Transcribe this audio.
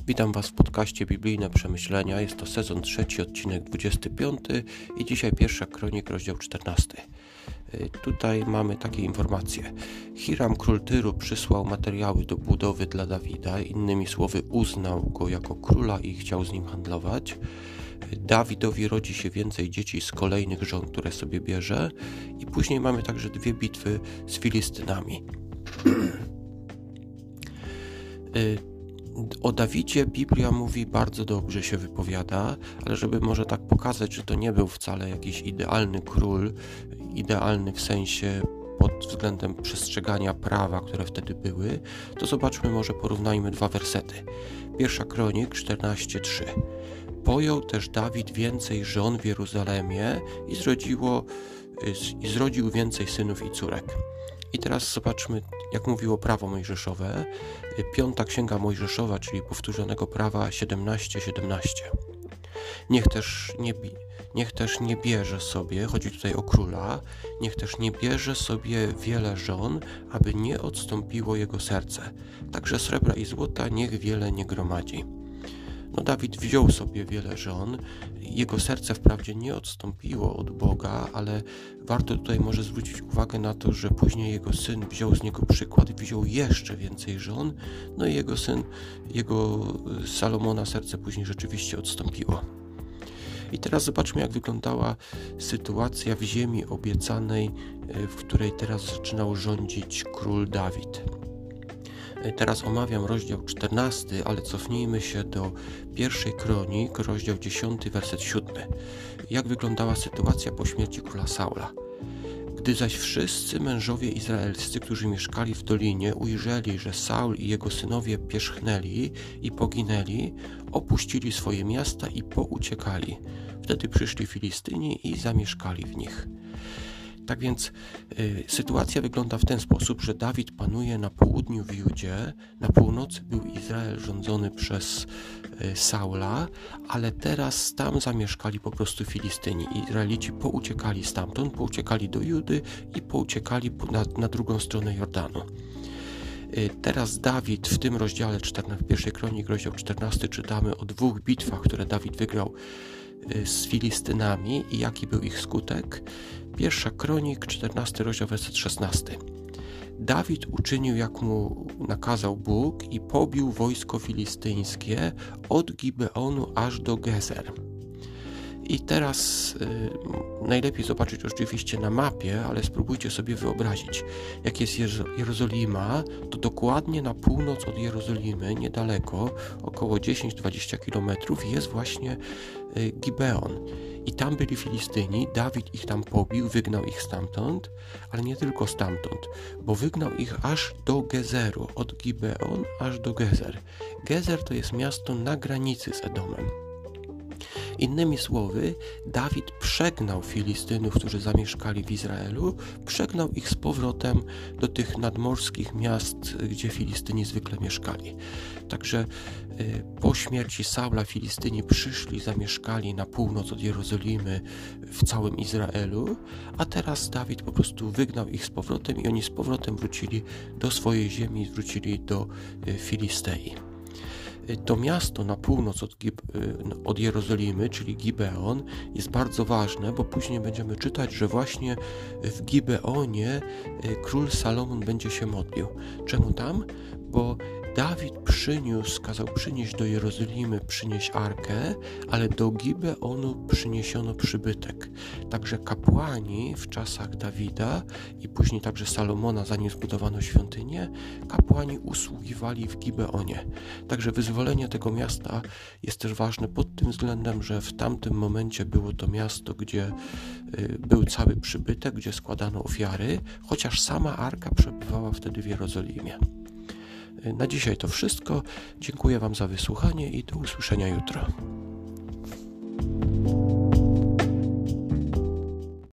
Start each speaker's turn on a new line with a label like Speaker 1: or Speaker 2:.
Speaker 1: Witam Was w podcaście Biblijne Przemyślenia. Jest to sezon 3, odcinek 25 i dzisiaj pierwsza Kronik, rozdział 14. Tutaj mamy takie informacje. Hiram, król Tyru, przysłał materiały do budowy dla Dawida. Innymi słowy, uznał go jako króla i chciał z nim handlować. Dawidowi rodzi się więcej dzieci z kolejnych żon, które sobie bierze. I później mamy także 2 bitwy z Filistynami. O Dawidzie Biblia mówi, bardzo dobrze się wypowiada, ale żeby może tak pokazać, że to nie był wcale jakiś idealny król, idealny w sensie pod względem przestrzegania prawa, które wtedy były, to zobaczmy, może porównajmy 2 wersety. Pierwsza Kronik 14:3. Pojął też Dawid więcej żon w Jeruzalemie i zrodził więcej synów i córek. I teraz zobaczmy, jak mówiło prawo mojżeszowe. 5. Księga Mojżeszowa, czyli powtórzonego prawa 17:17. Niech też nie bierze sobie, chodzi tutaj o króla, niech też nie bierze sobie wiele żon, aby nie odstąpiło jego serce. Także srebra i złota niech wiele nie gromadzi. Dawid wziął sobie wiele żon, jego serce wprawdzie nie odstąpiło od Boga, ale warto tutaj może zwrócić uwagę na to, że później jego syn wziął z niego przykład, wziął jeszcze więcej żon, i jego Salomona serce później rzeczywiście odstąpiło. I teraz zobaczmy, jak wyglądała sytuacja w ziemi obiecanej, w której teraz zaczynał rządzić król Dawid. Teraz omawiam rozdział 14, ale cofnijmy się do 1 Kronik, rozdział 10, werset 7. Jak wyglądała sytuacja po śmierci króla Saula? Gdy zaś wszyscy mężowie izraelscy, którzy mieszkali w dolinie, ujrzeli, że Saul i jego synowie pierzchnęli i poginęli, opuścili swoje miasta i pouciekali. Wtedy przyszli Filistyni i zamieszkali w nich. Tak więc sytuacja wygląda w ten sposób, że Dawid panuje na południu w Judzie, na północy był Izrael rządzony przez Saula, ale teraz tam zamieszkali po prostu Filistyni. Izraelici pouciekali stamtąd, pouciekali do Judy i pouciekali na drugą stronę Jordanu. Teraz Dawid w tym rozdziale 1 Kronik, rozdział 14, czytamy o 2 bitwach, które Dawid wygrał z Filistynami i jaki był ich skutek. 1 Kronik, 14 rozdział, werset 16. Dawid uczynił, jak mu nakazał Bóg, i pobił wojsko filistyńskie od Gibeonu aż do Gezer. I teraz najlepiej zobaczyć oczywiście na mapie, ale spróbujcie sobie wyobrazić, jak jest Jerozolima, to dokładnie na północ od Jerozolimy, niedaleko, około 10-20 km, jest właśnie Gibeon. I tam byli Filistyni, Dawid ich tam pobił, wygnał ich stamtąd, ale nie tylko stamtąd, bo wygnał ich aż do Gezeru, od Gibeon aż do Gezer. Gezer to jest miasto na granicy z Edomem. Innymi słowy, Dawid przegnał Filistynów, którzy zamieszkali w Izraelu, przegnał ich z powrotem do tych nadmorskich miast, gdzie Filistyni zwykle mieszkali. Także po śmierci Saula Filistyni przyszli, zamieszkali na północ od Jerozolimy w całym Izraelu, a teraz Dawid po prostu wygnał ich z powrotem i oni z powrotem wrócili do swojej ziemi, wrócili do Filistei. To miasto na północ od Jerozolimy, czyli Gibeon, jest bardzo ważne, bo później będziemy czytać, że właśnie w Gibeonie król Salomon będzie się modlił. Czemu tam? Bo Dawid kazał przynieść do Jerozolimy, przynieść arkę, ale do Gibeonu przyniesiono przybytek. Także kapłani w czasach Dawida i później także Salomona, zanim zbudowano świątynię, kapłani usługiwali w Gibeonie. Także wyzwolenie tego miasta jest też ważne pod tym względem, że w tamtym momencie było to miasto, gdzie był cały przybytek, gdzie składano ofiary, chociaż sama arka przebywała wtedy w Jerozolimie. Na dzisiaj to wszystko. Dziękuję Wam za wysłuchanie i do usłyszenia jutro.